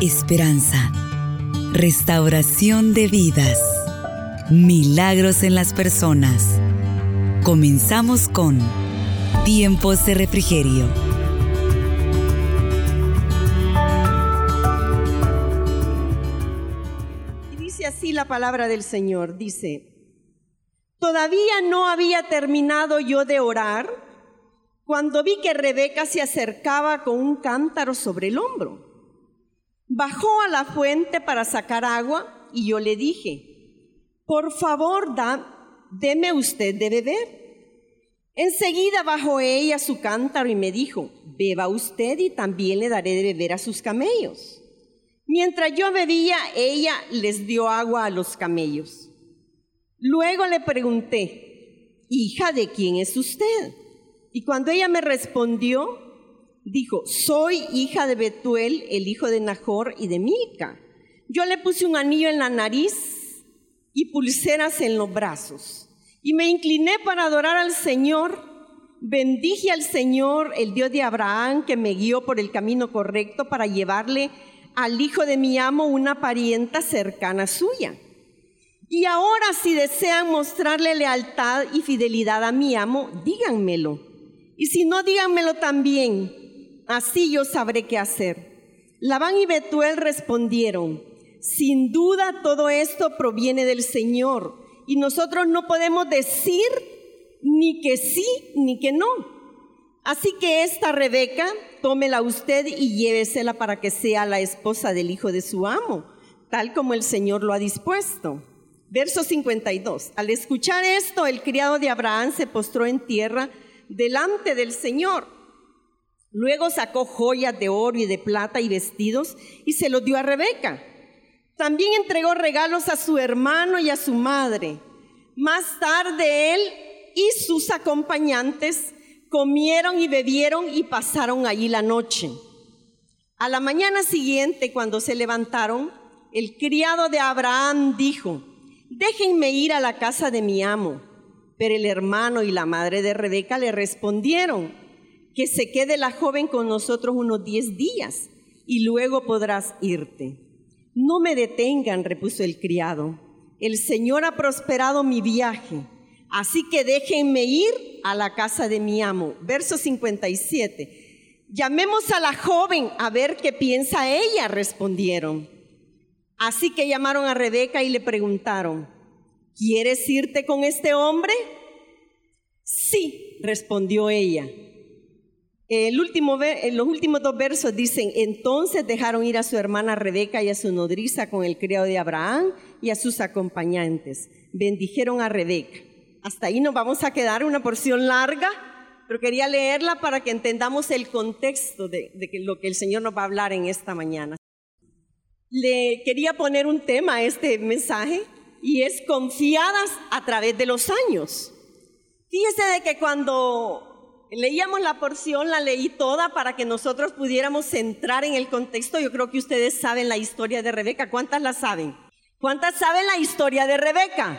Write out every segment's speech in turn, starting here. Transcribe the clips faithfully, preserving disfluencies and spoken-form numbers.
esperanza, restauración de vidas, milagros en las personas. Comenzamos con Tiempos de Refrigerio. Y dice así la palabra del Señor, dice: todavía no había terminado yo de orar cuando vi que Rebeca se acercaba con un cántaro sobre el hombro. Bajó a la fuente para sacar agua y yo le dije: por favor, da, deme usted de beber. Enseguida bajó ella su cántaro y me dijo: beba usted y también le daré de beber a sus camellos. Mientras yo bebía, ella les dio agua a los camellos. Luego le pregunté: hija, ¿de quién es usted? Y cuando ella me respondió, dijo: soy hija de Betuel, el hijo de Nahor y de Milca. Yo le puse un anillo en la nariz y pulseras en los brazos. Y me incliné para adorar al Señor. Bendije al Señor, el Dios de Abraham, que me guió por el camino correcto para llevarle al hijo de mi amo una parienta cercana suya. Y ahora, si desean mostrarle lealtad y fidelidad a mi amo, díganmelo. Y si no, díganmelo también. Así yo sabré qué hacer. Labán y Betuel respondieron: sin duda todo esto proviene del Señor, y nosotros no podemos decir ni que sí ni que no. Así que esta Rebeca, tómela usted y llévesela para que sea la esposa del hijo de su amo, tal como el Señor lo ha dispuesto. Verso cincuenta y dos. Al escuchar esto, el criado de Abraham se postró en tierra delante del Señor. Luego sacó joyas de oro y de plata y vestidos y se los dio a Rebeca. También entregó regalos a su hermano y a su madre. Más tarde él y sus acompañantes comieron y bebieron y pasaron allí la noche. A la mañana siguiente, cuando se levantaron, el criado de Abraham dijo: déjenme ir a la casa de mi amo. Pero el hermano y la madre de Rebeca le respondieron: que se quede la joven con nosotros unos diez días y luego podrás irte. No me detengan, repuso el criado. El Señor ha prosperado mi viaje, así que déjenme ir a la casa de mi amo. Verso cincuenta y siete. Llamemos a la joven a ver qué piensa ella, respondieron. Así que llamaron a Rebeca y le preguntaron: ¿quieres irte con este hombre? Sí, respondió ella. El último, los últimos dos versos dicen: entonces dejaron ir a su hermana Rebeca y a su nodriza con el criado de Abraham y a sus acompañantes. Bendijeron a Rebeca. Hasta ahí nos vamos a quedar, una porción larga, pero quería leerla para que entendamos el contexto de, de lo que el Señor nos va a hablar en esta mañana. Le quería poner un tema a este mensaje y es confiadas a través de los años. Fíjese de que cuando leíamos la porción, la leí toda para que nosotros pudiéramos entrar en el contexto. Yo creo que ustedes saben la historia de Rebeca. ¿Cuántas la saben? ¿Cuántas saben la historia de Rebeca?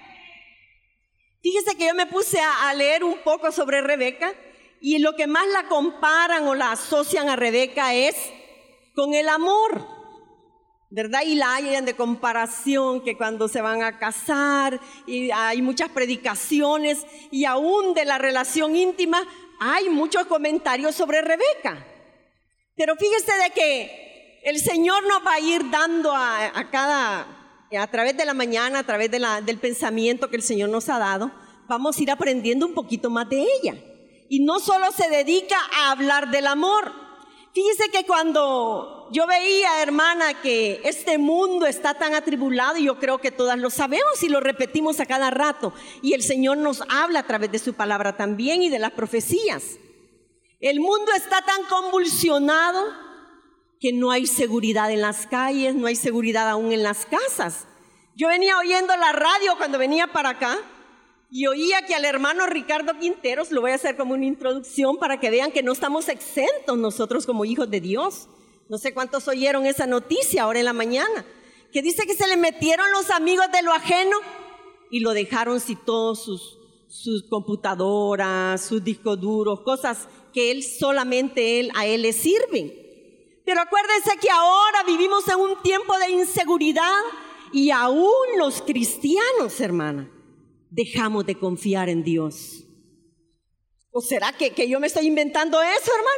Fíjese que yo me puse a, a leer un poco sobre Rebeca y lo que más la comparan o la asocian a Rebeca es con el amor, ¿verdad? Y la hayan de comparación, que cuando se van a casar y hay muchas predicaciones y aún de la relación íntima hay muchos comentarios sobre Rebeca. Pero fíjese de que el Señor nos va a ir dando a, a cada, a través de la mañana, a través de la, del pensamiento que el Señor nos ha dado, vamos a ir aprendiendo un poquito más de ella. Y no solo se dedica a hablar del amor. Fíjese que cuando yo veía, hermana, que este mundo está tan atribulado, y yo creo que todas lo sabemos y lo repetimos a cada rato, y el Señor nos habla a través de su palabra también y de las profecías. El mundo está tan convulsionado que no hay seguridad en las calles, no hay seguridad aún en las casas. Yo venía oyendo la radio cuando venía para acá y oía que al hermano Ricardo Quinteros, lo voy a hacer como una introducción para que vean que no estamos exentos nosotros como hijos de Dios. No sé cuántos oyeron esa noticia ahora en la mañana, que dice que se le metieron los amigos de lo ajeno y lo dejaron sin todos sus, sus computadoras, sus discos duros, cosas que él solamente él, a él le sirven. Pero acuérdense que ahora vivimos en un tiempo de inseguridad y aún los cristianos, hermana, dejamos de confiar en Dios. ¿O será que, que yo me estoy inventando eso, hermana?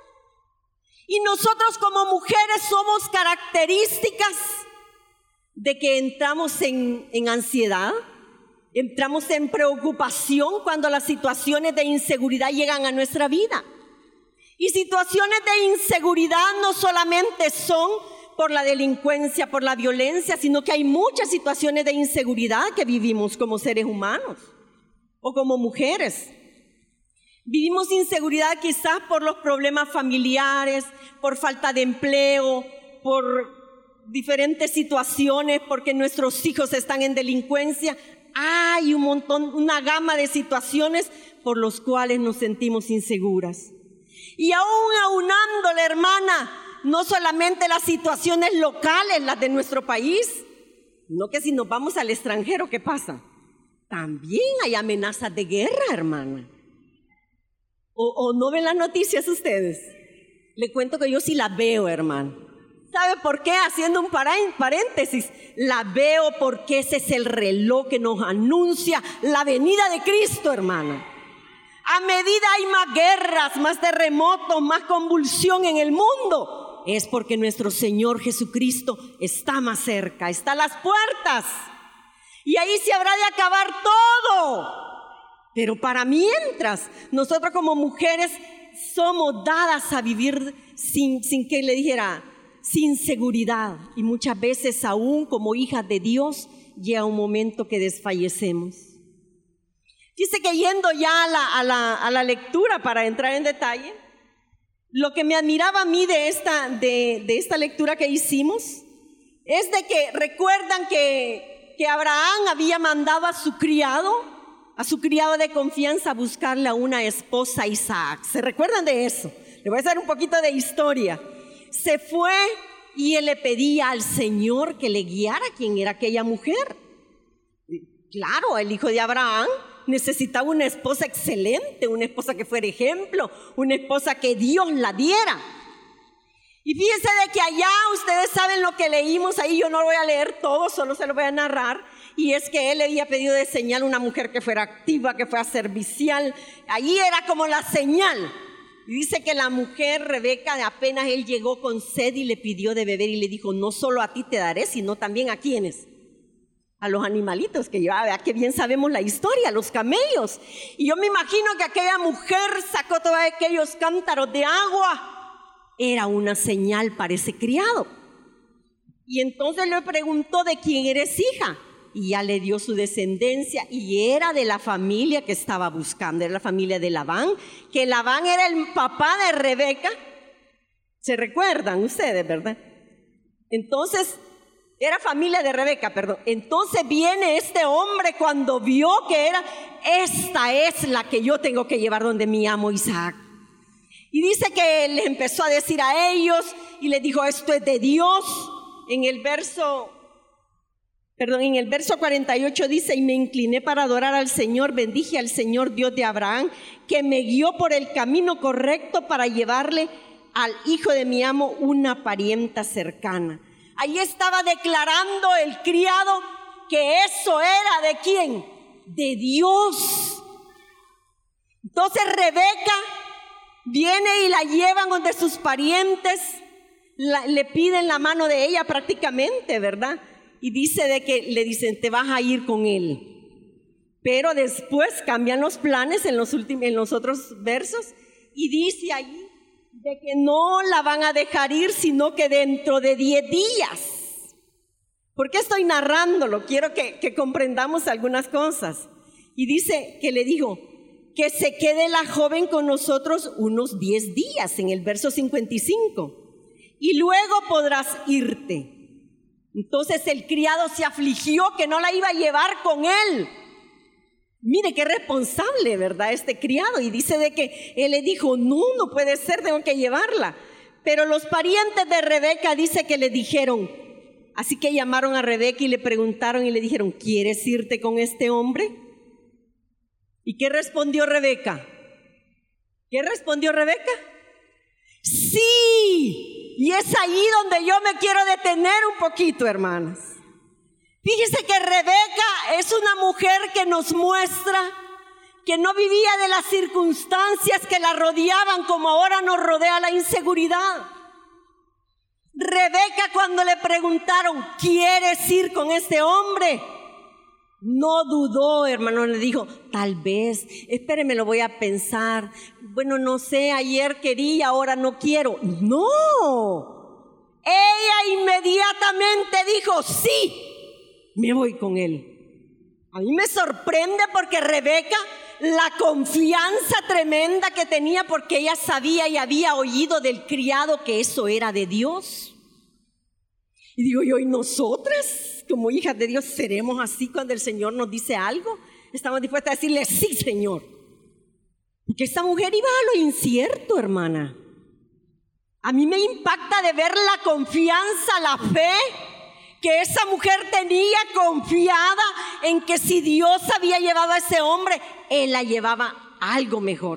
Y nosotros como mujeres somos características de que entramos en, en ansiedad, entramos en preocupación cuando las situaciones de inseguridad llegan a nuestra vida. Y situaciones de inseguridad no solamente son por la delincuencia, por la violencia, sino que hay muchas situaciones de inseguridad que vivimos como seres humanos o como mujeres. Vivimos inseguridad quizás por los problemas familiares, por falta de empleo, por diferentes situaciones, porque nuestros hijos están en delincuencia. Hay un montón, una gama de situaciones por los cuales nos sentimos inseguras. Y aún aunándole, hermana, no solamente las situaciones locales, las de nuestro país, no que si nos vamos al extranjero, ¿qué pasa? También hay amenazas de guerra, hermana. ¿O, o no ven las noticias ustedes? Le cuento que yo sí las veo, hermano. ¿Sabe por qué? Haciendo un paréntesis, la veo porque ese es el reloj que nos anuncia la venida de Cristo, hermana. A medida hay más guerras, más terremotos, más convulsión en el mundo, es porque nuestro Señor Jesucristo está más cerca, está a las puertas. Y ahí se habrá de acabar todo. Pero para mientras, nosotros como mujeres somos dadas a vivir sin, sin que le dijera, sin seguridad. Y muchas veces aún como hijas de Dios llega un momento que desfallecemos. Dice que yendo ya a la, a, la, a la lectura para entrar en detalle, lo que me admiraba a mí de esta, de, de esta lectura que hicimos es de que recuerdan que, que Abraham había mandado a su criado, a su criado de confianza a buscarle a una esposa a Isaac. ¿Se recuerdan de eso? Le voy a hacer un poquito de historia. Se fue y él le pedía al Señor que le guiara quién era aquella mujer. Claro, el hijo de Abraham necesitaba una esposa excelente, una esposa que fuera ejemplo, una esposa que Dios la diera. Y fíjense de que allá, ustedes saben lo que leímos ahí, yo no lo voy a leer todo, solo se lo voy a narrar, y es que él le había pedido de señal una mujer que fuera activa, que fuera servicial. Allí era como la señal. Y dice que la mujer, Rebeca, apenas él llegó con sed y le pidió de beber y le dijo, no solo a ti te daré, sino también a quienes, a los animalitos que llevaba, vea que bien sabemos la historia, los camellos. Y yo me imagino que aquella mujer sacó todos aquellos cántaros de agua. Era una señal para ese criado. Y entonces le preguntó de quién eres hija. Y ya le dio su descendencia y era de la familia que estaba buscando, era la familia de Labán, que Labán era el papá de Rebeca. ¿Se recuerdan ustedes, verdad? Entonces, era familia de Rebeca, perdón. Entonces viene este hombre cuando vio que era, esta es la que yo tengo que llevar donde mi amo Isaac. Y dice que le empezó a decir a ellos y les dijo, esto es de Dios. En el verso... Perdón, en el verso cuarenta y ocho dice, y me incliné para adorar al Señor, bendije al Señor Dios de Abraham, que me guió por el camino correcto para llevarle al hijo de mi amo una parienta cercana. Ahí estaba declarando el criado que eso era ¿de quién? De Dios. Entonces Rebeca viene y la llevan donde sus parientes, la, le piden la mano de ella prácticamente, ¿verdad? Y dice de que le dicen, te vas a ir con él. Pero después cambian los planes en los, últimos, en los otros versos y dice ahí de que no la van a dejar ir, sino que dentro de diez días. ¿Por qué estoy narrándolo? Quiero que, que comprendamos algunas cosas. Y dice que le dijo, que se quede la joven con nosotros unos diez días, en el verso cincuenta y cinco. Y luego podrás irte. Entonces el criado se afligió que no la iba a llevar con él. Mire qué responsable, ¿verdad? Este criado. Y dice de que él le dijo, no, no puede ser, tengo que llevarla. Pero los parientes de Rebeca dice que le dijeron, así que llamaron a Rebeca y le preguntaron y le dijeron, ¿quieres irte con este hombre? ¿Y qué respondió Rebeca? ¿Qué respondió Rebeca? Sí. Y es ahí donde yo me quiero detener un poquito, hermanas. Fíjese que Rebeca es una mujer que nos muestra que no vivía de las circunstancias que la rodeaban como ahora nos rodea la inseguridad. Rebeca, cuando le preguntaron, ¿quieres ir con este hombre? No dudó, hermano, le dijo, tal vez, espéreme, lo voy a pensar. Bueno, no sé, ayer quería, ahora no quiero. No, ella inmediatamente dijo, sí, me voy con él. A mí me sorprende porque Rebeca, la confianza tremenda que tenía, porque ella sabía y había oído del criado que eso era de Dios. Y digo yo, ¿y nosotras, como hijas de Dios, seremos así cuando el Señor nos dice algo? Estamos dispuestas a decirle, sí, Señor. Porque esta mujer iba a lo incierto, hermana. A mí me impacta de ver la confianza, la fe que esa mujer tenía, confiada en que si Dios había llevado a ese hombre, Él la llevaba a algo mejor.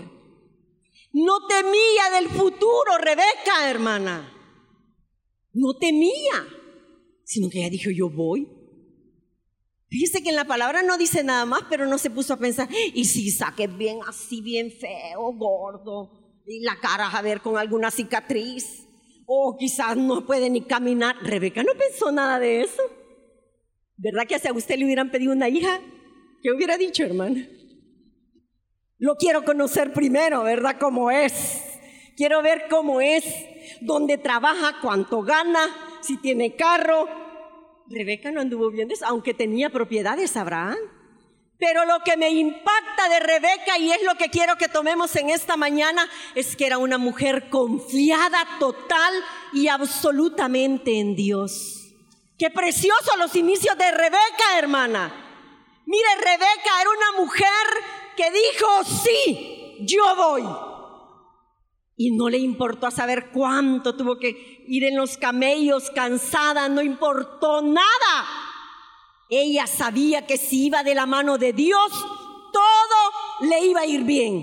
No temía del futuro, Rebeca, hermana. No temía, sino que ella dijo, yo voy. Fíjese que en la palabra no dice nada más, pero no se puso a pensar, y si Isaac es bien así, bien feo, gordo, y la cara a ver con alguna cicatriz, o quizás no puede ni caminar. Rebeca no pensó nada de eso. ¿Verdad que si a usted le hubieran pedido una hija, qué hubiera dicho, hermana? Lo quiero conocer primero, ¿verdad? Cómo es. Quiero ver cómo es, dónde trabaja, cuánto gana, si tiene carro. Rebeca no anduvo viendo eso, aunque tenía propiedades Abraham. Pero lo que me impacta de Rebeca, y es lo que quiero que tomemos en esta mañana, es que era una mujer confiada total y absolutamente en Dios. Qué preciosos los inicios de Rebeca, hermana. Mire, Rebeca era una mujer que dijo, sí, yo voy. Y no le importó saber cuánto tuvo que ir en los camellos, cansada, no importó nada. Ella sabía que si iba de la mano de Dios, todo le iba a ir bien.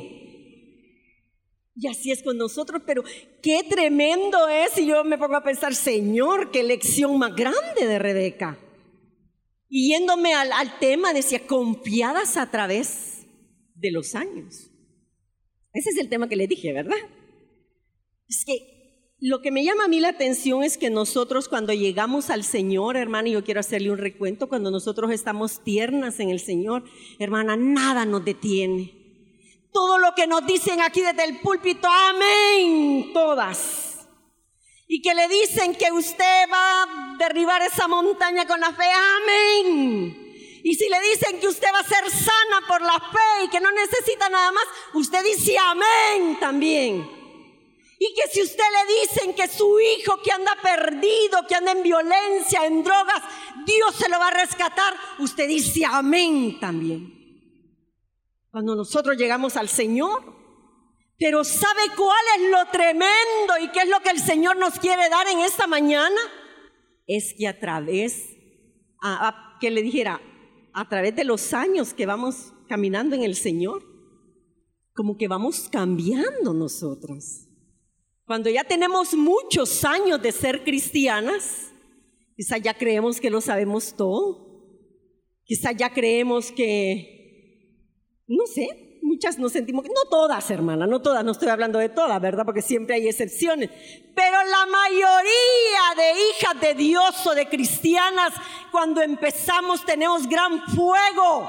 Y así es con nosotros, pero qué tremendo es. Y yo me pongo a pensar, Señor, qué lección más grande de Rebeca. Y yéndome al, al tema, decía, confiadas a través de los años. Ese es el tema que le dije, ¿verdad? Es que lo que me llama a mí la atención es que nosotros cuando llegamos al Señor, hermana, y yo quiero hacerle un recuento, cuando nosotros estamos tiernas en el Señor, hermana, nada nos detiene. Todo lo que nos dicen aquí desde el púlpito, amén, todas. Y que le dicen que usted va a derribar esa montaña con la fe, amén. Y si le dicen que usted va a ser sana por la fe y que no necesita nada más, usted dice amén también. Y que si usted le dicen que su hijo que anda perdido, que anda en violencia, en drogas, Dios se lo va a rescatar, usted dice amén también. Cuando nosotros llegamos al Señor, pero ¿sabe cuál es lo tremendo y qué es lo que el Señor nos quiere dar en esta mañana? Es que a través, a, a, que le dijera, a través de los años que vamos caminando en el Señor, como que vamos cambiando nosotros. Cuando ya tenemos muchos años de ser cristianas, quizá ya creemos que lo sabemos todo. Quizá ya creemos que, no sé, muchas nos sentimos, no todas, hermana, no todas, no estoy hablando de todas, ¿verdad? Porque siempre hay excepciones. Pero la mayoría de hijas de Dios o de cristianas, cuando empezamos tenemos gran fuego.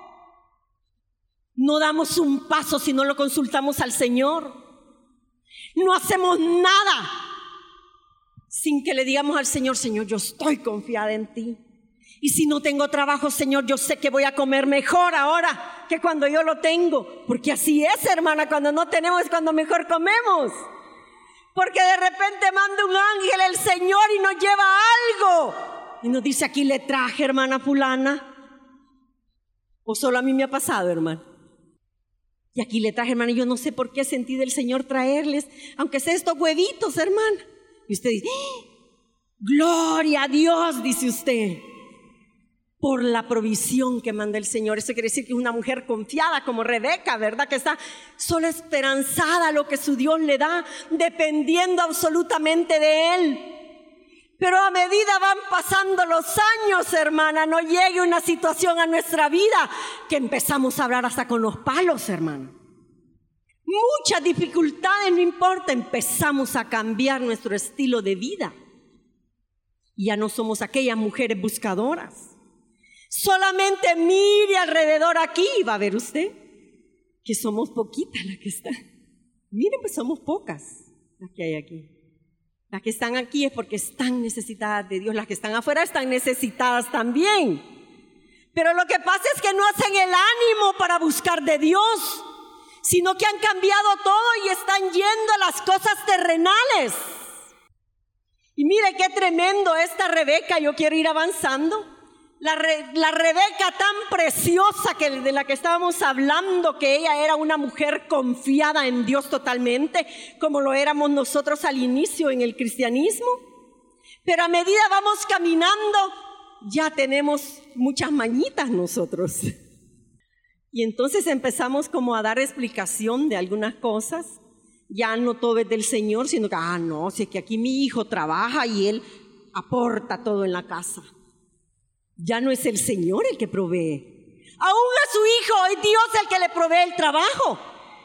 No damos un paso si no lo consultamos al Señor. No hacemos nada sin que le digamos al Señor, Señor, yo estoy confiada en ti. Y si no tengo trabajo, Señor, yo sé que voy a comer mejor ahora que cuando yo lo tengo. Porque así es, hermana, cuando no tenemos es cuando mejor comemos. Porque de repente manda un ángel el Señor y nos lleva algo. Y nos dice, aquí le traje, hermana fulana. ¿O solo a mí me ha pasado, hermana? Y aquí le traje, hermana, yo no sé por qué sentí del Señor traerles, aunque sea estos huevitos, hermana. Y usted dice, ¡gloria a Dios!, dice usted. por la provisión que manda el Señor. Eso quiere decir que es una mujer confiada como Rebeca, ¿verdad? Que está solo esperanzada a lo que su Dios le da, dependiendo absolutamente de Él. Pero a medida van pasando los años, hermana, no llegue una situación a nuestra vida que empezamos a hablar hasta con los palos, hermana. Muchas dificultades, no importa, empezamos a cambiar nuestro estilo de vida. Y ya no somos aquellas mujeres buscadoras. Solamente mire alrededor aquí y va a ver usted que somos poquitas las que están. Miren, pues somos pocas las que hay aquí. Las que están aquí es porque están necesitadas de Dios. Las que están afuera están necesitadas también. Pero lo que pasa es que no hacen el ánimo para buscar de Dios, sino que han cambiado todo y están yendo a las cosas terrenales. Y mire qué tremendo esta Rebeca. Yo quiero ir avanzando. La, Re, la Rebeca tan preciosa que, de la que estábamos hablando, que ella era una mujer confiada en Dios totalmente, como lo éramos nosotros al inicio en el cristianismo. Pero a medida vamos caminando, ya tenemos muchas mañitas nosotros. Y entonces empezamos como a dar explicación de algunas cosas. Ya no todo es del Señor, sino que, ah, no, si es que aquí mi hijo trabaja y él aporta todo en la casa. Ya no es el Señor el que provee. Aún a su hijo es Dios el que le provee el trabajo.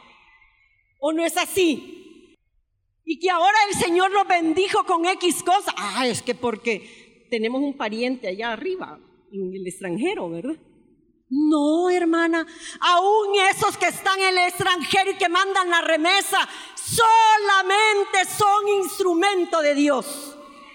¿O no es así? Y que ahora el Señor nos bendijo con X cosas. Ah, es que porque tenemos un pariente allá arriba, en el extranjero, ¿verdad? No, hermana, aún esos que están en el extranjero y que mandan la remesa, solamente son instrumento de Dios.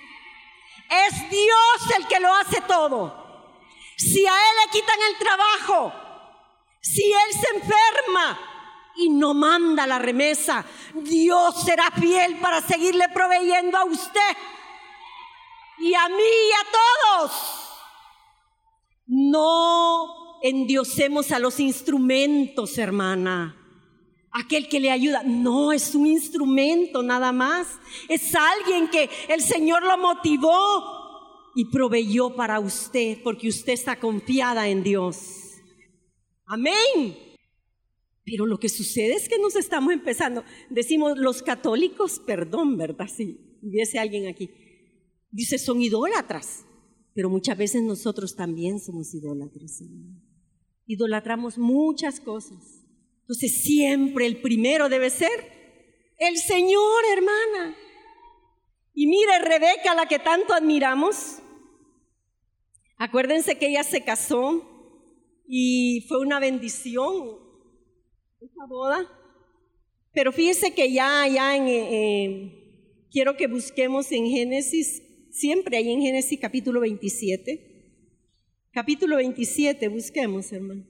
Es Dios el que lo hace todo. Si a Él le quitan el trabajo, si Él se enferma y no manda la remesa, Dios será fiel para seguirle proveyendo a usted y a mí y a todos. No endiosemos a los instrumentos, hermana. Aquel que le ayuda no es un instrumento nada más. Es alguien que el Señor lo motivó y proveyó para usted, porque usted está confiada en Dios. Amén. Pero lo que sucede es que nos estamos empezando. Decimos los católicos, perdón, ¿verdad? Si hubiese alguien aquí. Dice, son idólatras. Pero muchas veces nosotros también somos idólatras. Idolatramos muchas cosas. Entonces siempre el primero debe ser el Señor, hermana. Y mire, Rebeca, la que tanto admiramos. Acuérdense que ella se casó y fue una bendición esa boda. Pero fíjese que ya, ya en, eh, quiero que busquemos en Génesis, siempre ahí en Génesis capítulo veintisiete. Capítulo veintisiete, busquemos, hermano.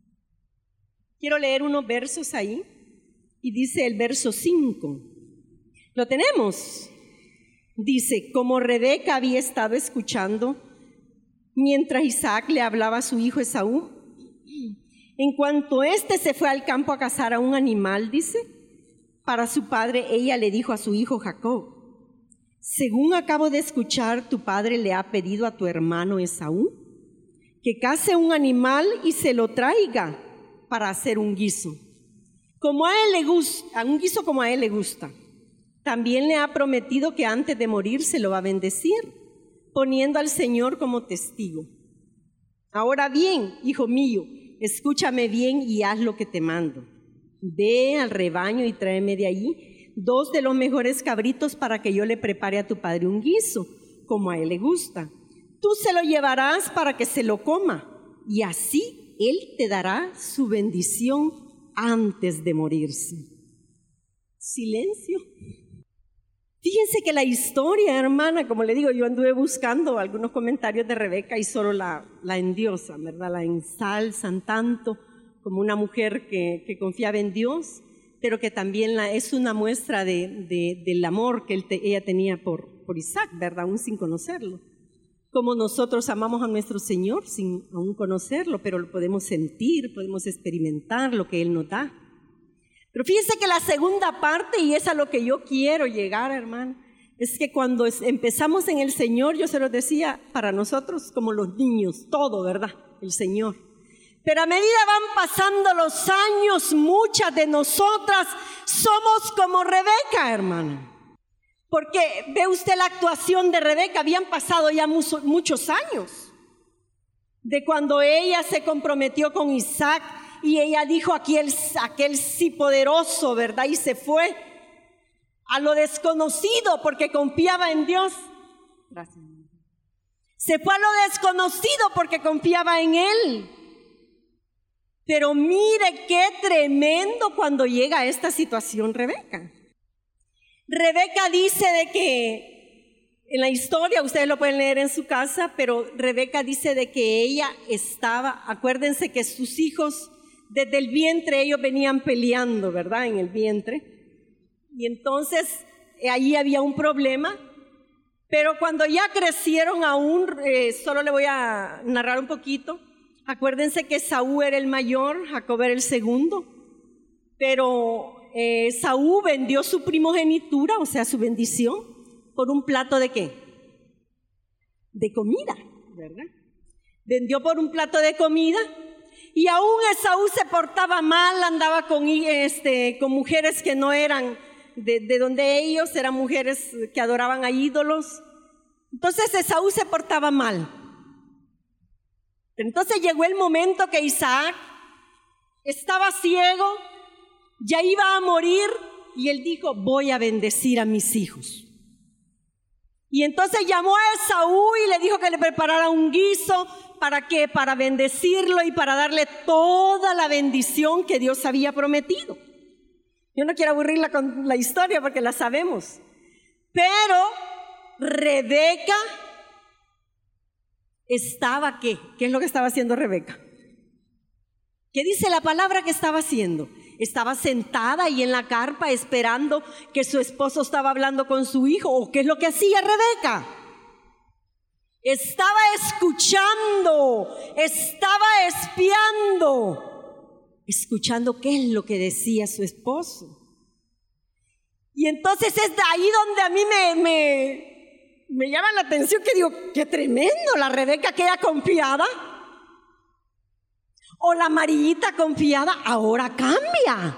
Quiero leer unos versos ahí, y dice el verso cinco. ¿Lo tenemos? Dice, como Rebeca había estado escuchando mientras Isaac le hablaba a su hijo Esaú, en cuanto éste se fue al campo a cazar a un animal, dice, para su padre, ella le dijo a su hijo Jacob, según acabo de escuchar, tu padre le ha pedido a tu hermano Esaú que case un animal y se lo traiga para hacer un guiso, como a él le gusta, un guiso como a él le gusta. También le ha prometido que antes de morir se lo va a bendecir, poniendo al Señor como testigo. Ahora bien, hijo mío, escúchame bien y haz lo que te mando. Ve al rebaño y tráeme de allí dos de los mejores cabritos para que yo le prepare a tu padre un guiso, como a él le gusta. Tú se lo llevarás para que se lo coma, y así él te dará su bendición antes de morirse. Silencio. Fíjense que la historia, hermana, como le digo, yo anduve buscando algunos comentarios de Rebeca y solo la, la endiosan, ¿verdad? La ensalzan tanto como una mujer que, que confiaba en Dios, pero que también la, es una muestra de, de, del amor que él te, ella tenía por, por Isaac, ¿verdad? Aún sin conocerlo. Como nosotros amamos a nuestro Señor sin aún conocerlo, pero lo podemos sentir, podemos experimentar lo que Él nos da. Pero fíjense que la segunda parte, y es a lo que yo quiero llegar, hermano, Es que cuando empezamos en el Señor, yo se los decía, para nosotros como los niños, todo, ¿verdad? El Señor. Pero a medida van pasando los años, muchas de nosotras somos como Rebeca, hermano. Porque ve usted la actuación de Rebeca, habían pasado ya mucho, muchos años. De cuando ella se comprometió con Isaac y ella dijo aquel, aquel sí poderoso, ¿verdad? Y se fue a lo desconocido porque confiaba en Dios. Gracias. Se fue a lo desconocido porque confiaba en Él. Pero mire qué tremendo cuando llega a esta situación Rebeca. Rebeca dice de que, en la historia, ustedes lo pueden leer en su casa, pero Rebeca dice de que ella estaba, acuérdense que sus hijos, desde el vientre, ellos venían peleando, ¿verdad? En el vientre. Y entonces, ahí había un problema. Pero cuando ya crecieron aún, eh, solo le voy a narrar un poquito. Acuérdense que Esaú era el mayor, Jacob era el segundo, pero eh, Esaú vendió su primogenitura, o sea, su bendición, por un plato de ¿qué? De comida, ¿verdad? Vendió por un plato de comida y aún Esaú se portaba mal, andaba con, este, con mujeres que no eran de, de donde ellos, eran mujeres que adoraban a ídolos. Entonces Esaú se portaba mal. Entonces llegó el momento que Isaac estaba ciego, ya iba a morir, y él dijo, voy a bendecir a mis hijos. Y entonces llamó a Esaú y le dijo que le preparara un guiso, ¿para qué? Para bendecirlo y para darle toda la bendición que Dios había prometido. Yo no quiero aburrirla con la historia porque la sabemos, pero Rebeca estaba, ¿qué? ¿Qué es lo que estaba haciendo Rebeca? ¿Qué dice la palabra que estaba haciendo? Estaba sentada ahí en la carpa esperando que su esposo estaba hablando con su hijo. ¿O qué es lo que hacía Rebeca? Estaba escuchando, estaba espiando, escuchando qué es lo que decía su esposo. Y entonces es de ahí donde a mí me... me Me llama la atención que digo, qué tremendo, la Rebeca que era confiada, o la amarillita confiada, ahora cambia.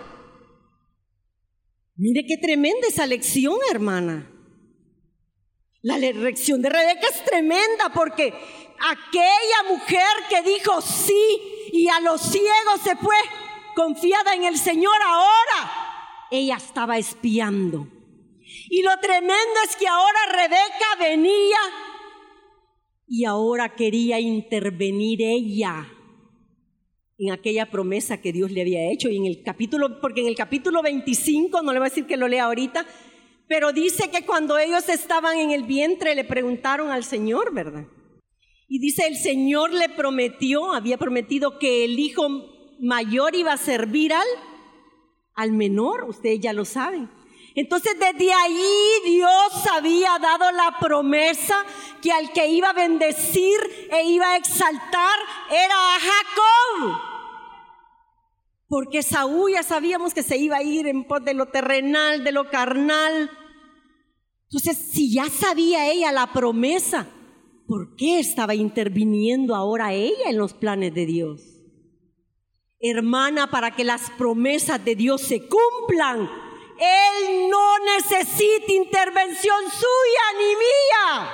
Mire qué tremenda esa lección, hermana. La lección de Rebeca es tremenda porque aquella mujer que dijo sí y a los ciegos se fue confiada en el Señor, ahora ella estaba espiando. Y lo tremendo es que ahora Rebeca venía y ahora quería intervenir ella en aquella promesa que Dios le había hecho. Y en el capítulo, porque en el capítulo veinticinco, no le voy a decir que lo lea ahorita, pero dice que cuando ellos estaban en el vientre le preguntaron al Señor, ¿verdad? Y dice, el Señor le prometió, había prometido que el hijo mayor iba a servir al, al menor, ustedes ya lo saben. Entonces desde ahí Dios había dado la promesa que al que iba a bendecir e iba a exaltar era a Jacob. Porque Saúl ya sabíamos que se iba a ir en pos de lo terrenal, de lo carnal. Entonces, si ya sabía ella la promesa, ¿por qué estaba interviniendo ahora ella en los planes de Dios? Hermana, para que las promesas de Dios se cumplan, Él no necesita intervención suya ni mía.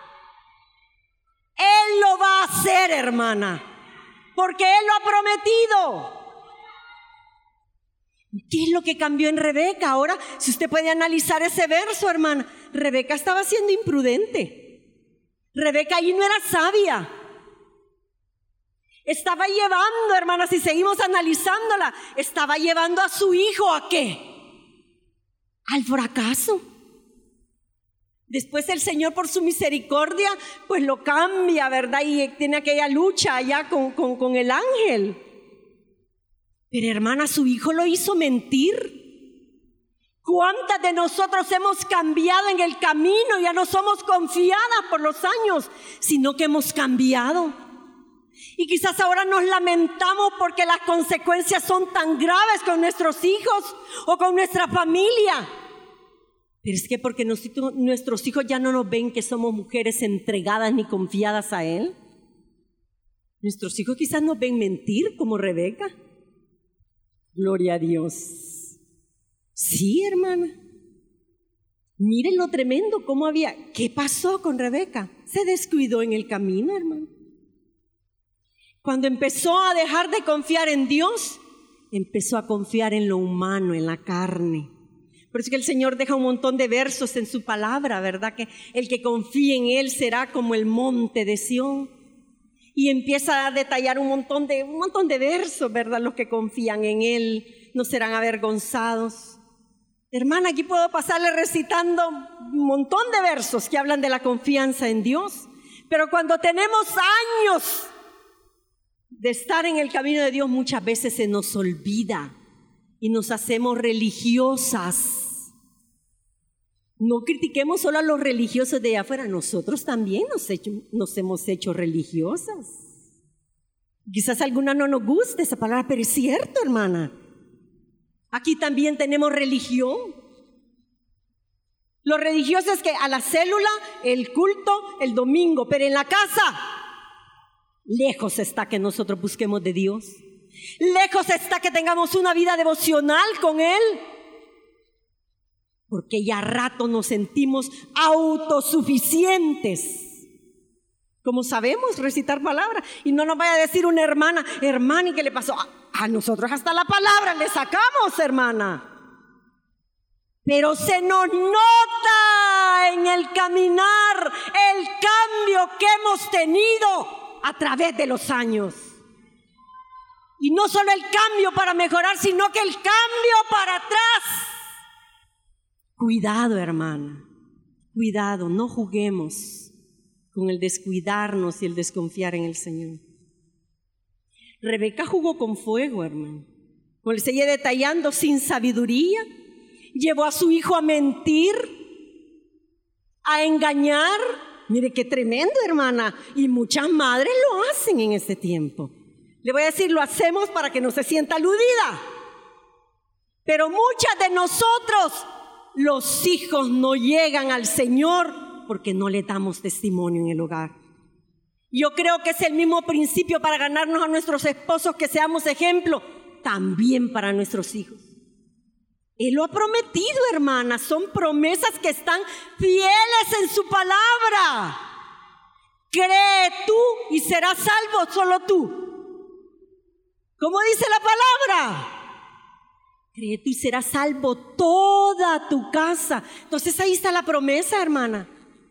Él lo va a hacer, hermana, porque Él lo ha prometido. ¿Qué es lo que cambió en Rebeca? Ahora, si usted puede analizar ese verso, hermana, Rebeca estaba siendo imprudente. Rebeca ahí no era sabia. Estaba llevando, hermana, si seguimos analizándola, estaba llevando a su hijo ¿a qué? Al fracaso. Después el Señor, por su misericordia, pues lo cambia, ¿verdad? Y tiene aquella lucha allá con, con, con el ángel. Pero hermana, su hijo lo hizo mentir. ¿Cuántas de nosotros hemos cambiado en el camino? Ya no somos confiadas por los años, sino que hemos cambiado. Y quizás ahora nos lamentamos porque las consecuencias son tan graves con nuestros hijos o con nuestra familia. Pero es que porque nosotros, nuestros hijos ya no nos ven que somos mujeres entregadas ni confiadas a Él. Nuestros hijos quizás nos ven mentir como Rebeca. Gloria a Dios. Sí, hermana. Miren lo tremendo, cómo había. ¿Qué pasó con Rebeca? Se descuidó en el camino, hermano. Cuando empezó a dejar de confiar en Dios, empezó a confiar en lo humano, en la carne. Por eso que el Señor deja un montón de versos en su palabra, ¿verdad? Que el que confíe en Él será como el monte de Sión. Y empieza a detallar un montón de, un montón de versos, ¿verdad? Los que confían en Él no serán avergonzados. Hermana, aquí puedo pasarle recitando un montón de versos que hablan de la confianza en Dios. Pero cuando tenemos años de estar en el camino de Dios, muchas veces se nos olvida y nos hacemos religiosas. No critiquemos solo a los religiosos de allá afuera, nosotros también nos, hecho, nos hemos hecho religiosas. Quizás a alguna no nos guste esa palabra, pero es cierto, hermana. Aquí también tenemos religión. Lo religioso es que a la célula, el culto, el domingo, pero en la casa, lejos está que nosotros busquemos de Dios. Lejos está que tengamos una vida devocional con Él. Porque ya a rato nos sentimos autosuficientes. Como sabemos recitar palabras. Y no nos vaya a decir una hermana, hermana, ¿y qué le pasó? A, a nosotros hasta la palabra le sacamos, hermana. Pero se nos nota en el caminar el cambio que hemos tenido a través de los años. Y no solo el cambio para mejorar, sino que el cambio para atrás. Cuidado, hermana, cuidado, no juguemos con el descuidarnos y el desconfiar en el Señor. Rebeca jugó con fuego, hermano. Como le seguía detallando, sin sabiduría, llevó a su hijo a mentir, a engañar. Mire qué tremendo, hermana. Y muchas madres lo hacen en este tiempo. Le voy a decir, lo hacemos para que no se sienta aludida. Pero muchas de nosotros, los hijos no llegan al Señor porque no le damos testimonio en el hogar. Yo creo que es el mismo principio para ganarnos a nuestros esposos, que seamos ejemplo, también para nuestros hijos. Él lo ha prometido, hermanas, son promesas que están fieles en su palabra. Cree tú y serás salvo solo tú. ¿Cómo dice la palabra? Cree tú y serás salvo toda tu casa. Entonces ahí está la promesa, hermana.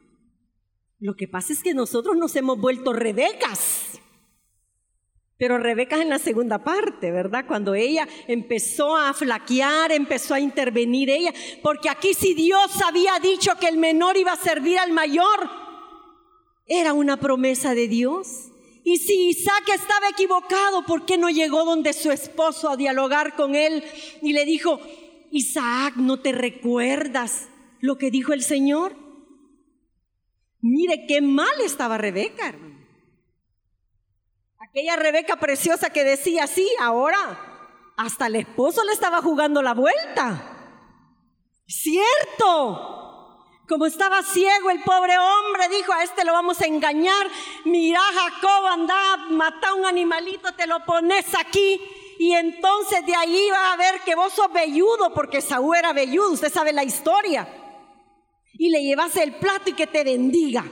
Lo que pasa es que nosotros nos hemos vuelto Rebecas. Pero Rebeca en la segunda parte, ¿verdad? Cuando ella empezó a flaquear, empezó a intervenir ella. Porque aquí si Dios había dicho que el menor iba a servir al mayor, era una promesa de Dios. Y si Isaac estaba equivocado, ¿por qué no llegó donde su esposo a dialogar con él? Y le dijo, Isaac, ¿no te recuerdas lo que dijo el Señor? Mire qué mal estaba Rebeca, hermano. Aquella Rebeca preciosa que decía, sí, ahora hasta el esposo le estaba jugando la vuelta. ¡Cierto! Como estaba ciego el pobre hombre, dijo, a este lo vamos a engañar. Mira, Jacob, anda, mata un animalito, te lo pones aquí. Y entonces de ahí va a ver que vos sos velludo, porque Saúl era velludo, usted sabe la historia. Y le llevas el plato y que te bendiga.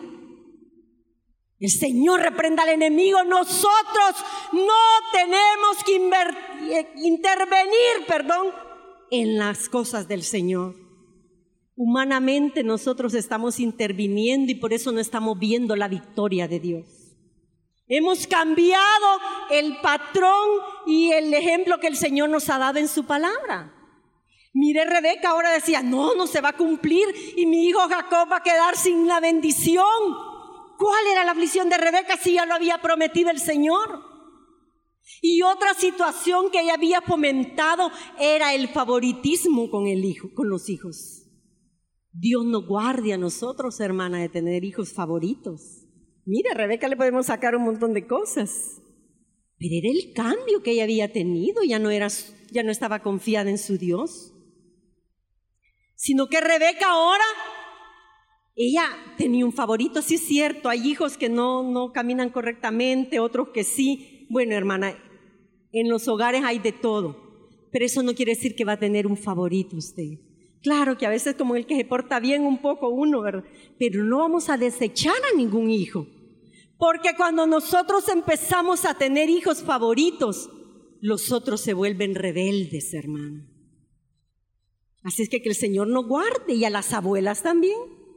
El Señor reprenda al enemigo. Nosotros no tenemos que invertir, intervenir, perdón, en las cosas del Señor. Humanamente nosotros estamos interviniendo y por eso no estamos viendo la victoria de Dios. Hemos cambiado el patrón y el ejemplo que el Señor nos ha dado en su palabra. Mire, Rebeca ahora decía, no, no se va a cumplir y mi hijo Jacob va a quedar sin la bendición. ¿Cuál era la aflicción de Rebeca si ya lo había prometido el Señor? Y otra situación que ella había fomentado era el favoritismo con el hijo, con los hijos. Dios nos guarde a nosotros, hermana, de tener hijos favoritos. Mira, a Rebeca le podemos sacar un montón de cosas. Pero era el cambio que ella había tenido, ya no, era, ya no estaba confiada en su Dios. Sino que Rebeca ahora, ella tenía un favorito, sí es cierto, hay hijos que no, no caminan correctamente, otros que sí. Bueno, hermana, en los hogares hay de todo, pero eso no quiere decir que va a tener un favorito usted. Claro que a veces como el que se porta bien un poco uno, ¿verdad? Pero no vamos a desechar a ningún hijo. Porque cuando nosotros empezamos a tener hijos favoritos, los otros se vuelven rebeldes, hermano. Así es que que el Señor nos guarde, y a las abuelas también.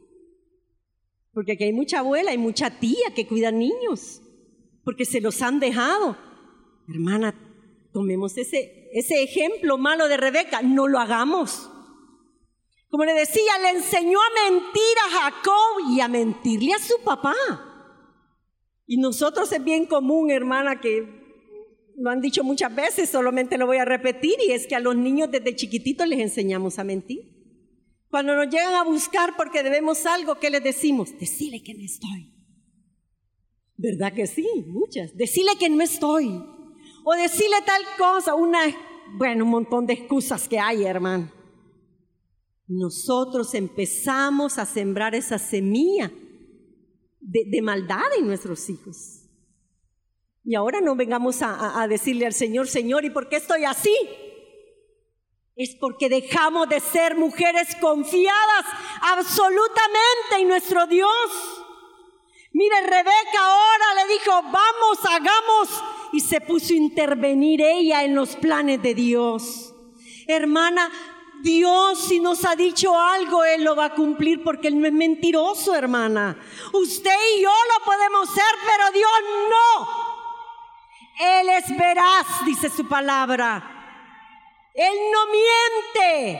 Porque aquí hay mucha abuela y mucha tía que cuidan niños, porque se los han dejado. Hermana, tomemos ese, ese ejemplo malo de Rebeca, no lo hagamos. Como le decía, le enseñó a mentir a Jacob y a mentirle a su papá. Y nosotros es bien común, hermana, que lo han dicho muchas veces, solamente lo voy a repetir, y es que a los niños desde chiquititos les enseñamos a mentir. Cuando nos llegan a buscar porque debemos algo, ¿qué les decimos? Decile que no estoy. ¿Verdad que sí? Muchas. Decile que no estoy. O decirle tal cosa, una, bueno, un montón de excusas que hay, hermano. Nosotros empezamos a sembrar esa semilla De, de maldad en nuestros hijos. Y ahora no vengamos a, a, a decirle al Señor, Señor, ¿y por qué estoy así? Es porque dejamos de ser mujeres confiadas absolutamente en nuestro Dios. Mire, Rebeca ahora le dijo, vamos, hagamos, y se puso a intervenir ella en los planes de Dios. Hermana, Dios, si nos ha dicho algo, Él lo va a cumplir, porque Él no es mentiroso, hermana. Usted y yo lo podemos ser, pero Dios no. Él es veraz, dice su palabra. Él no miente.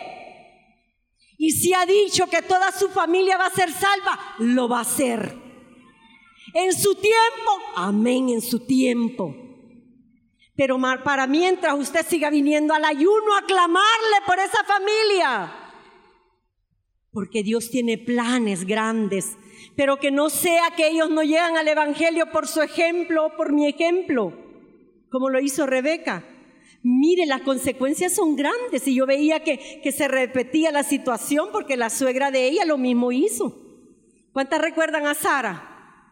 Y si ha dicho que toda su familia va a ser salva, lo va a hacer. En su tiempo, amén, en su tiempo. Pero para mientras usted siga viniendo al ayuno a clamarle por esa familia. Porque Dios tiene planes grandes. Pero que no sea que ellos no llegan al evangelio por su ejemplo o por mi ejemplo, como lo hizo Rebeca. Mire, las consecuencias son grandes. Y yo veía que, que se repetía la situación, porque la suegra de ella lo mismo hizo. ¿Cuántas recuerdan a Sara?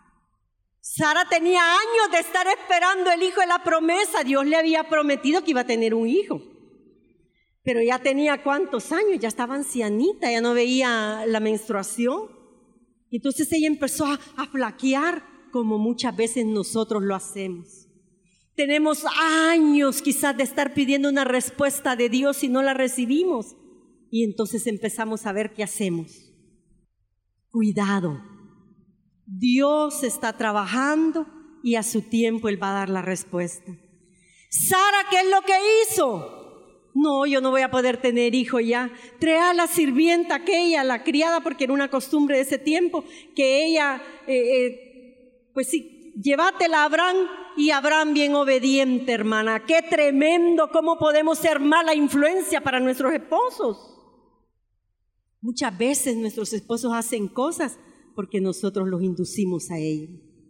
Sara tenía años de estar esperando el hijo de la promesa. Dios le había prometido que iba a tener un hijo. Pero ya tenía ¿cuántos años? Ya estaba ancianita, ya no veía la menstruación. Entonces ella empezó a, a flaquear, como muchas veces nosotros lo hacemos. Tenemos años quizás de estar pidiendo una respuesta de Dios y no la recibimos. Y entonces empezamos a ver qué hacemos. Cuidado. Dios está trabajando y a su tiempo Él va a dar la respuesta. Sara, ¿qué es lo que hizo? No, yo no voy a poder tener hijo ya. Trae a la sirvienta aquella, la criada, porque era una costumbre de ese tiempo, que ella, eh, eh, pues sí, llévatela a Abraham, y Abraham bien obediente, hermana. Qué tremendo, cómo podemos ser mala influencia para nuestros esposos. Muchas veces nuestros esposos hacen cosas porque nosotros los inducimos a ello.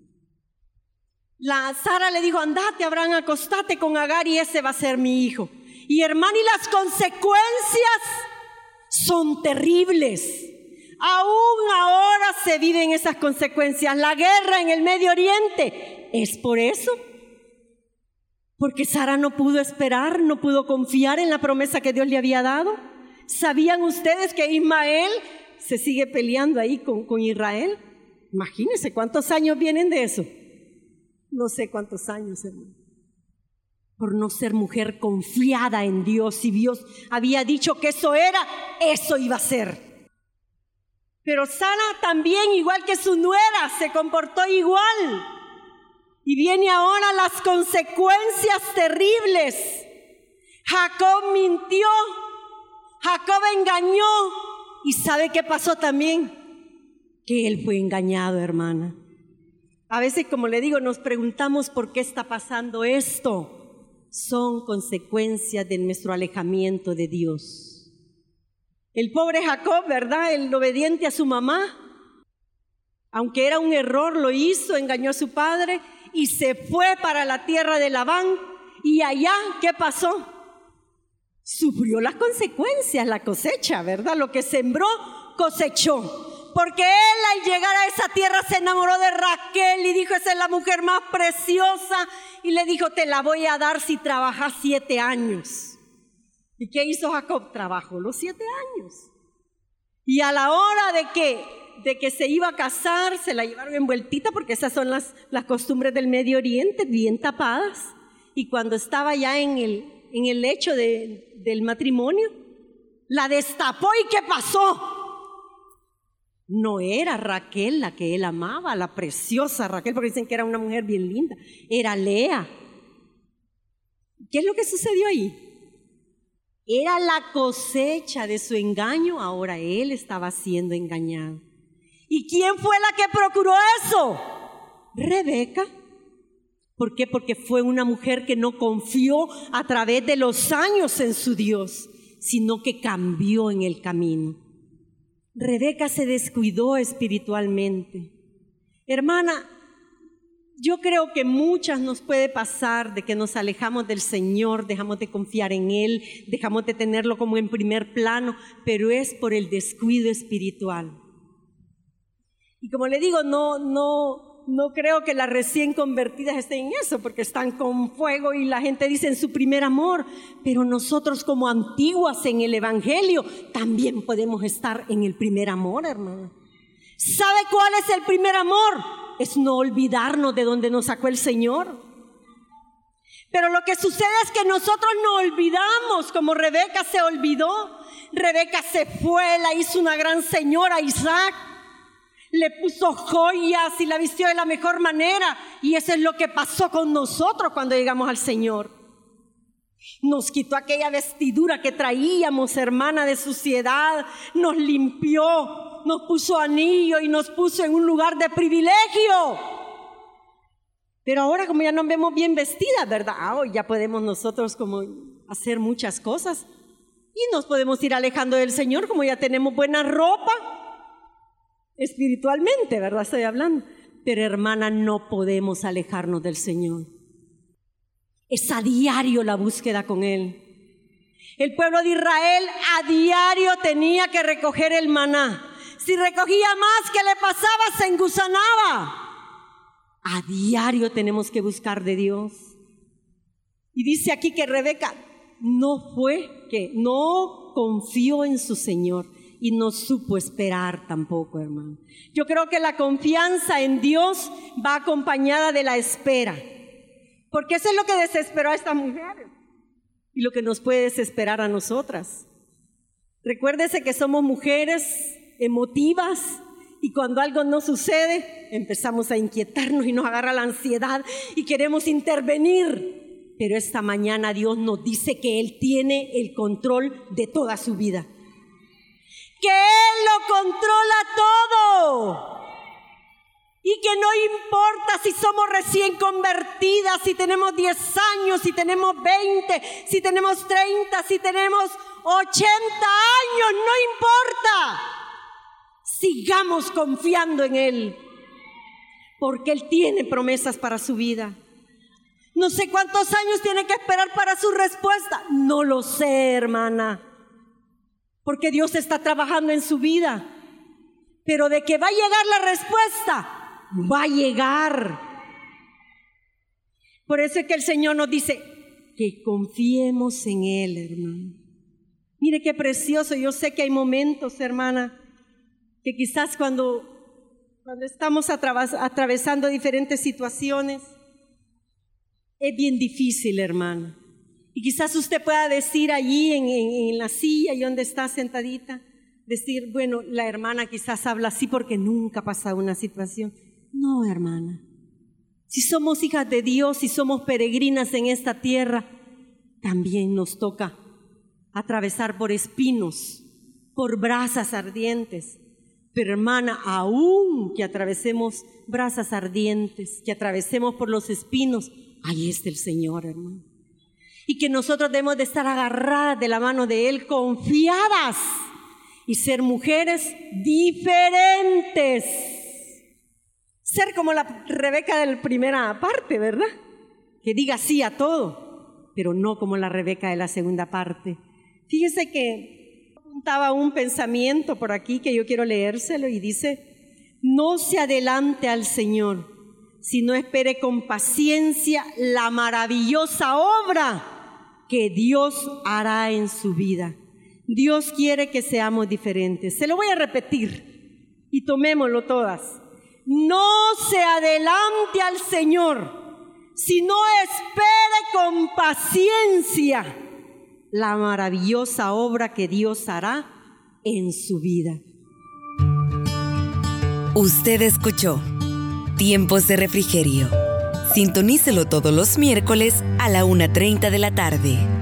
La Sara le dijo, andate, Abraham, acostate con Agar y ese va a ser mi hijo. Y hermano, y las consecuencias son terribles. Aún ahora se viven esas consecuencias. La guerra en el Medio Oriente es por eso. Porque Sara no pudo esperar, no pudo confiar en la promesa que Dios le había dado. ¿Sabían ustedes que Ismael se sigue peleando ahí con, con Israel? Imagínense cuántos años vienen de eso. No sé cuántos años, hermano. Por no ser mujer confiada en Dios. Si Dios había dicho que eso era, eso iba a ser. Pero Sara también, igual que su nuera, se comportó igual. Y viene ahora las consecuencias terribles. Jacob mintió. Jacob engañó. ¿Y sabe qué pasó también? Que él fue engañado, hermana. A veces, como le digo, nos preguntamos por qué está pasando esto. Son consecuencias de nuestro alejamiento de Dios. El pobre Jacob, ¿verdad? El obediente a su mamá, aunque era un error, lo hizo, engañó a su padre y se fue para la tierra de Labán. Y allá, ¿qué pasó? sufrió las consecuencias, la cosecha, ¿verdad? Lo que sembró, cosechó. Porque él al llegar a esa tierra se enamoró de Raquel y dijo, esa es la mujer más preciosa. Y le dijo, te la voy a dar si trabajas siete años. ¿Y qué hizo Jacob? Trabajó los siete años. Y a la hora de que, de que se iba a casar, se la llevaron envueltita, porque esas son las, las costumbres del Medio Oriente, bien tapadas. Y cuando estaba ya en el, en el lecho de, del matrimonio, la destapó. ¿Y qué pasó? No era Raquel la que él amaba, la preciosa Raquel, porque dicen que era una mujer bien linda. Era Lea. ¿Qué es lo que sucedió ahí? Era la cosecha de su engaño, ahora él estaba siendo engañado. ¿Y quién fue la que procuró eso? Rebeca. ¿Por qué? Porque fue una mujer que no confió a través de los años en su Dios, sino que cambió en el camino. Rebeca se descuidó espiritualmente. Hermana, yo creo que muchas nos puede pasar de que nos alejamos del Señor, dejamos de confiar en Él, dejamos de tenerlo como en primer plano, pero es por el descuido espiritual. Y como le digo, no, no, no creo que las recién convertidas estén en eso, porque están con fuego y la gente dice en su primer amor, pero nosotros como antiguas en el Evangelio también podemos estar en el primer amor, hermano. ¿Sabe cuál es el primer amor? Es no olvidarnos de donde nos sacó el Señor. Pero lo que sucede es que nosotros no olvidamos, como Rebeca se olvidó. Rebeca se fue, la hizo una gran señora a Isaac, le puso joyas y la vistió de la mejor manera. Y eso es lo que pasó con nosotros cuando llegamos al Señor. Nos quitó aquella vestidura que traíamos, hermana, de suciedad, nos limpió, nos puso anillo y nos puso en un lugar de privilegio. Pero ahora, como ya nos vemos bien vestidas, ¿verdad? Oh, ya podemos nosotros como hacer muchas cosas y nos podemos ir alejando del Señor, como ya tenemos buena ropa espiritualmente, ¿verdad? Estoy hablando. Pero hermana, no podemos alejarnos del Señor. Es a diario la búsqueda con Él. El pueblo de Israel a diario tenía que recoger el maná. Si recogía más, ¿qué le pasaba? Se engusanaba. A diario tenemos que buscar de Dios. Y dice aquí que Rebeca no fue, que no confió en su Señor y no supo esperar tampoco, hermano. Yo creo que la confianza en Dios va acompañada de la espera. Porque eso es lo que desesperó a esta mujer y lo que nos puede desesperar a nosotras. Recuérdese que somos mujeres emotivas y cuando algo no sucede empezamos a inquietarnos y nos agarra la ansiedad y queremos intervenir. Pero esta mañana Dios nos dice que Él tiene el control de toda su vida, que Él lo controla todo. Y que no importa si somos recién convertidas, si tenemos diez años, si tenemos veinte, si tenemos treinta, si tenemos ochenta años, no importa. Sigamos confiando en Él, porque Él tiene promesas para su vida. No sé cuántos años tiene que esperar para su respuesta. No lo sé, hermana, porque Dios está trabajando en su vida. Pero de que va a llegar la respuesta, va a llegar. Por eso es que el Señor nos dice que confiemos en Él, hermano. Mire qué precioso. Yo sé que hay momentos, hermana, que quizás cuando, cuando estamos através, atravesando diferentes situaciones, es bien difícil, hermana. Y quizás usted pueda decir allí en, en, en la silla y donde está sentadita, decir, bueno, la hermana quizás habla así porque nunca ha pasado una situación. No, hermana. Si somos hijas de Dios, si somos peregrinas en esta tierra, también nos toca atravesar por espinos, por brasas ardientes. Pero hermana, aún que atravesemos brasas ardientes, que atravesemos por los espinos, ahí está el Señor, hermano. Y que nosotros debemos de estar agarradas de la mano de Él, confiadas, y ser mujeres diferentes. Ser como la Rebeca de la primera parte, ¿verdad? Que diga sí a todo, pero no como la Rebeca de la segunda parte, Fíjese que apuntaba un pensamiento por aquí que yo quiero leérselo y dice: no se adelante al Señor, sino espere con paciencia la maravillosa obra que Dios hará en su vida. Dios quiere que seamos diferentes. Se lo voy a repetir y tomémoslo todas. No se adelante al Señor, sino espere con paciencia la maravillosa obra que Dios hará en su vida. Usted escuchó Tiempos de Refrigerio. Sintonícelo todos los miércoles a la una treinta de la tarde.